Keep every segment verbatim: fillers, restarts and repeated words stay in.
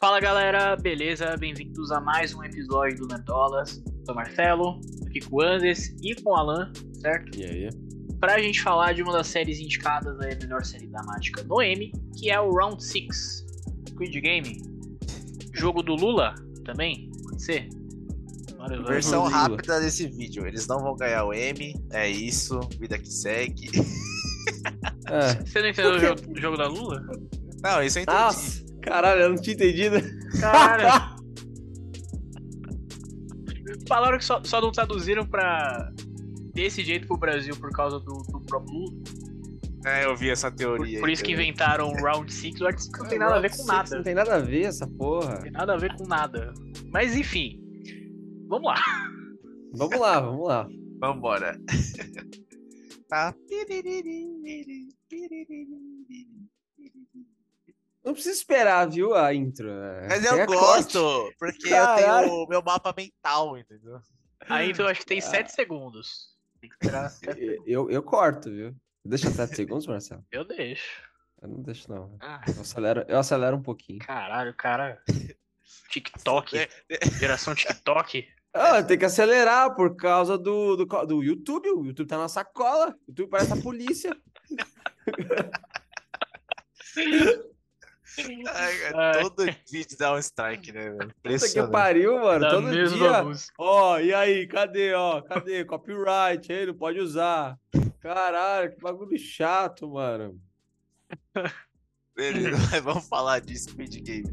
Fala galera, beleza? Bem-vindos a mais um episódio do Nerdolas. Sou Marcelo, aqui com o Andes e com o Alan, certo? E aí? Pra gente falar de uma das séries indicadas a melhor série dramática no Emmy, que é o Round seis, Squid Game. Jogo do Lula também, pode ser? Vários Versão rápida desse vídeo, eles não vão ganhar o Emmy, é isso, vida que segue. É. Você não entendeu o jogo, jogo da Lula? Não, isso eu entendi. Nossa, caralho, eu não tinha entendido. Caralho. Falaram que só, só não traduziram pra desse jeito pro Brasil por causa do, do próprio Lula. É, eu vi essa teoria. Por, por isso que inventaram o Round seis. O Round seis não tem nada a ver com nada. Não tem nada a ver essa porra. Não tem nada a ver com nada. Mas enfim, vamos lá. Vamos lá, vamos lá. Vambora. Tá. Não precisa esperar, viu, a intro. Mas eu gosto, corte. Porque Caralho. Eu tenho o meu mapa mental, entendeu? A intro eu acho que tem sete segundos. Tem que esperar sete eu, eu corto, viu? Deixa sete segundos, Marcelo? Eu deixo. Eu não deixo, não. Ah. Eu, acelero, eu acelero um pouquinho. Caralho, cara. TikTok. Geração TikTok. Ah, tem que acelerar por causa do, do, do YouTube. O YouTube tá na sacola. O YouTube parece a polícia. Ai, Ai. Todo vídeo dá um strike, né, velho? Puta que pariu, mano. Da todo dia. Ó, oh, e aí? Cadê, ó? Cadê? Copyright, aí, não pode usar. Caralho, que bagulho chato, mano. Beleza, mas vamos falar de Squid Game.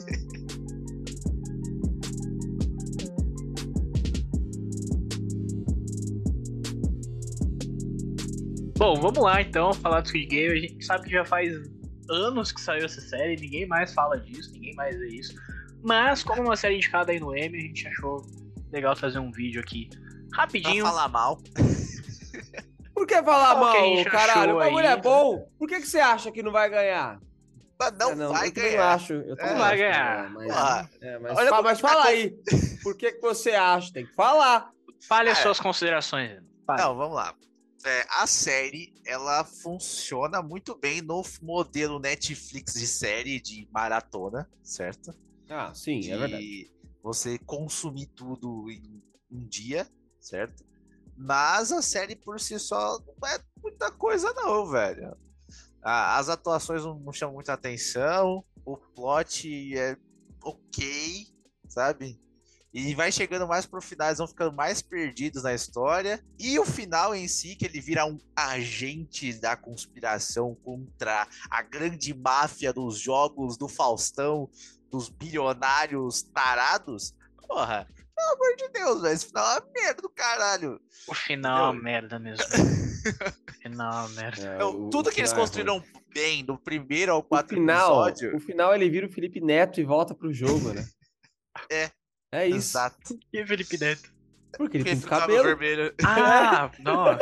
Bom, vamos lá então, falar do Squid Game. A gente sabe que já faz anos que saiu essa série, ninguém mais fala disso, ninguém mais vê isso. Mas, como uma série indicada aí no Emmy, a gente achou legal fazer um vídeo aqui rapidinho. Pra falar mal. Por que falar Qual mal, que caralho? O bagulho é bom. Por que, que você acha que não vai ganhar? Mas não, é, não vai eu ganhar. Eu acho. Eu não vai ganhar. Mas, ah, é, mas, Olha, fala, mas fala tá aí. Por que, que você acha? Tem que falar. Fale as é. suas considerações. Fale. Não, vamos lá. É, a série, ela funciona muito bem no modelo Netflix de série de maratona, certo? Ah, sim, de é verdade. Você consumir tudo em um dia, certo? Mas a série por si só não é muita coisa não, velho. As atuações não chamam muita atenção, o plot é ok, sabe? E vai chegando mais pro final, eles vão ficando mais perdidos na história. E o final em si, que ele vira um agente da conspiração contra a grande máfia dos jogos do Faustão, dos bilionários tarados. Porra, pelo amor de Deus, velho, esse final é uma merda do caralho. O final é uma merda mesmo. O final é uma merda. É, o, tudo o que eles construíram é bem, do primeiro ao quarto episódio... O final ele vira o Felipe Neto e volta pro jogo, né? É. É isso. Exato. E o Felipe Neto? Porque ele tem cabelo vermelho. Ah, nossa.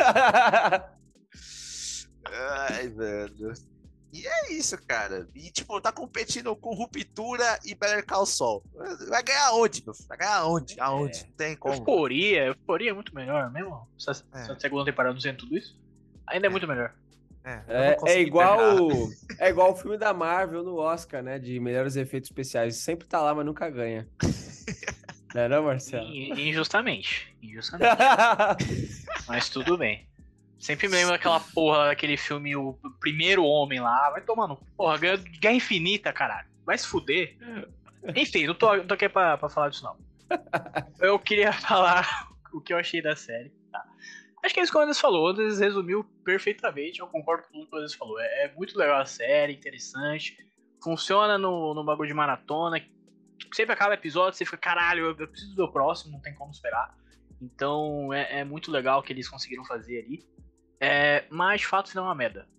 Ai, velho. E é isso, cara. E, tipo, tá competindo com Ruptura e Better Call Saul. Vai ganhar onde, meu filho? Vai ganhar onde? Aonde? Não tem como. Euforia. Euforia é muito melhor mesmo. Se a é. segunda temporada não sendo tudo isso, ainda é, é muito melhor. É, é, é igual é igual o filme da Marvel no Oscar, né? De melhores efeitos especiais. Sempre tá lá, mas nunca ganha. Não é não, Marcelo? Injustamente. Injustamente. Mas tudo bem. Sempre me lembro daquela porra, daquele filme, o Primeiro Homem lá. Vai tomando. Porra, Guerra Infinita, caralho. Vai se fuder. Enfim, não tô, não tô aqui pra, pra falar disso, não. Eu queria falar o que eu achei da série, tá? Acho que é isso que o Anderson falou. O Anderson resumiu perfeitamente. Eu concordo com tudo que o Anderson falou. É, é muito legal a série, interessante. Funciona no, no bagulho de maratona. Sempre acaba o episódio, você fica, caralho, eu preciso do próximo, não tem como esperar. Então é, é muito legal o que eles conseguiram fazer ali. É, mas de fato, não é uma merda.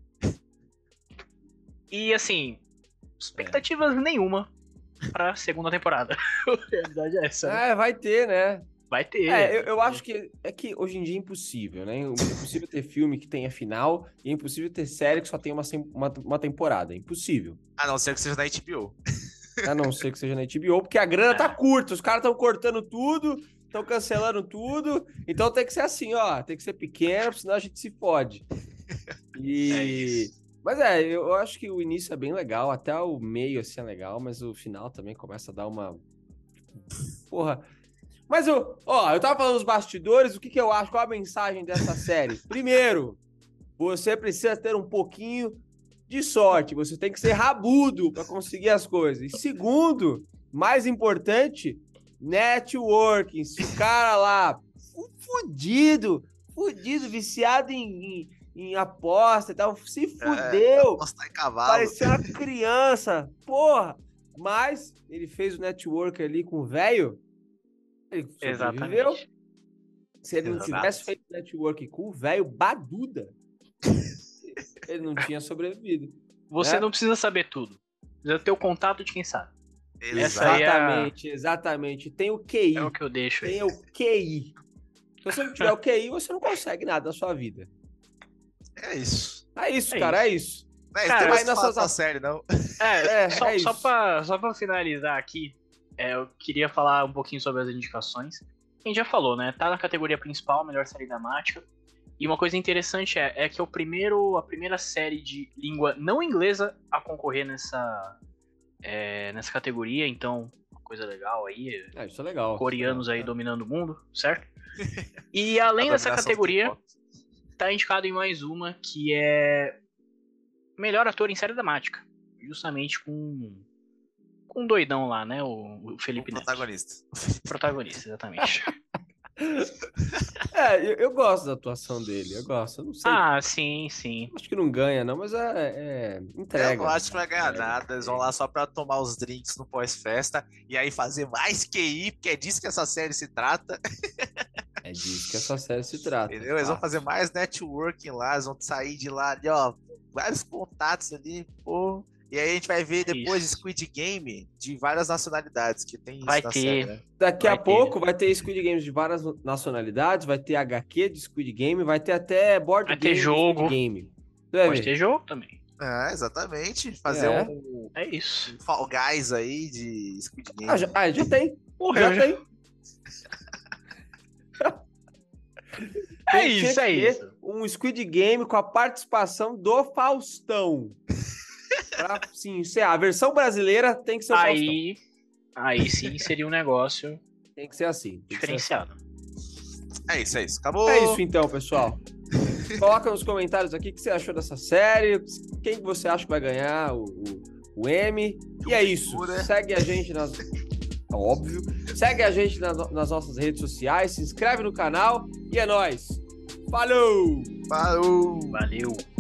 E assim, expectativas é. nenhuma pra segunda temporada. A realidade é essa. Né? É, vai ter, né? Vai ter. É, eu, eu acho que é que hoje em dia é impossível, né? É impossível ter filme que tenha final e é impossível ter série que só tenha uma, uma, uma temporada. É impossível. A não ser que seja na H B O. A não ser que seja na H B O, porque a grana tá curta, os caras estão cortando tudo, estão cancelando tudo, então tem que ser assim, ó, tem que ser pequeno, senão a gente se fode. E, Mas é, eu acho que o início é bem legal, até o meio assim é legal, mas o final também começa a dar uma... Porra... Mas eu, ó, eu tava falando dos bastidores, o que que eu acho, qual a mensagem dessa série? Primeiro, você precisa ter um pouquinho de sorte, você tem que ser rabudo pra conseguir as coisas. E segundo, mais importante, networking. Se o cara lá, fudido, fudido, viciado em, em, em aposta e tal, se fudeu, é, apostar em cavalo. Parecia uma criança, porra. Mas ele fez o network ali com o velho, ele sobreviveu. Exatamente. Se ele não Exato. tivesse feito network com o velho Baduda, ele não tinha sobrevivido. Você né? não precisa saber tudo. Precisa ter o contato de quem sabe. Essa aí é a- Exatamente, exatamente. Tem o Q I. É o que eu deixo aí. Tem o Q I. Se você não tiver o Q I, você não consegue nada na sua vida. É isso. É isso, É cara, é isso. Não é, Cara, tem mais vai nessas... nessas- da série, não. É, É, só, é só, isso. pra, só pra finalizar aqui, é, eu queria falar um pouquinho sobre as indicações. A gente já falou, né? Tá na categoria principal, melhor série dramática. E uma coisa interessante é, é que é o primeiro, a primeira série de língua não inglesa a concorrer nessa, é, nessa categoria, então, uma coisa legal aí. É, isso é legal. Coreanos aí É. dominando o mundo, certo? E além A dessa dominação do categoria, K-pop. tá indicado em mais uma, que é melhor ator em série dramática. Justamente com, com um doidão lá, né? O, o O Felipe Neto. protagonista. Protagonista, exatamente. É, eu, eu gosto da atuação dele, eu gosto. Eu não sei, Ah, sim, sim. acho que não ganha, não, mas é, é entrega. Eu não acho que vai ganhar Entrega, nada. Eles vão lá só pra tomar os drinks no pós-festa e aí fazer mais Q I, porque é disso que essa série se trata. É disso que essa série se trata. Entendeu? Eles vão Fato. fazer mais networking lá, eles vão sair de lá ali, ó, vários contatos ali, pô. E aí a gente vai ver depois Isso. Squid Game de várias nacionalidades, que tem isso Vai na ter. série, né? Daqui Vai a ter. pouco vai ter Squid Games de várias nacionalidades, vai ter H Q de Squid Game, vai ter até board Vai ter game de jogo. Squid Game. Você vai Pode ver? ter jogo também. É, exatamente. Fazer É. um, É isso. um Fall Guys aí de Squid Game. Ah, já, ah, já tem. Morreu, já já. tem. É Tem- tinha isso, é que ter isso. Um Squid Game com a participação do Faustão. Pra, sim, encerrar. A versão brasileira tem que ser o Faustão. Aí, aí sim seria um negócio Tem que ser assim. Tem que ser diferenciado. É isso, é isso. Acabou. É isso então, pessoal. Coloca nos comentários aqui o que você achou dessa série, quem que você acha que vai ganhar o, o, o M. E é isso. Figura. Segue a gente nas... Óbvio. Segue a gente na- nas nossas redes sociais, se inscreve no canal e é nóis. Falou! Falou. Valeu.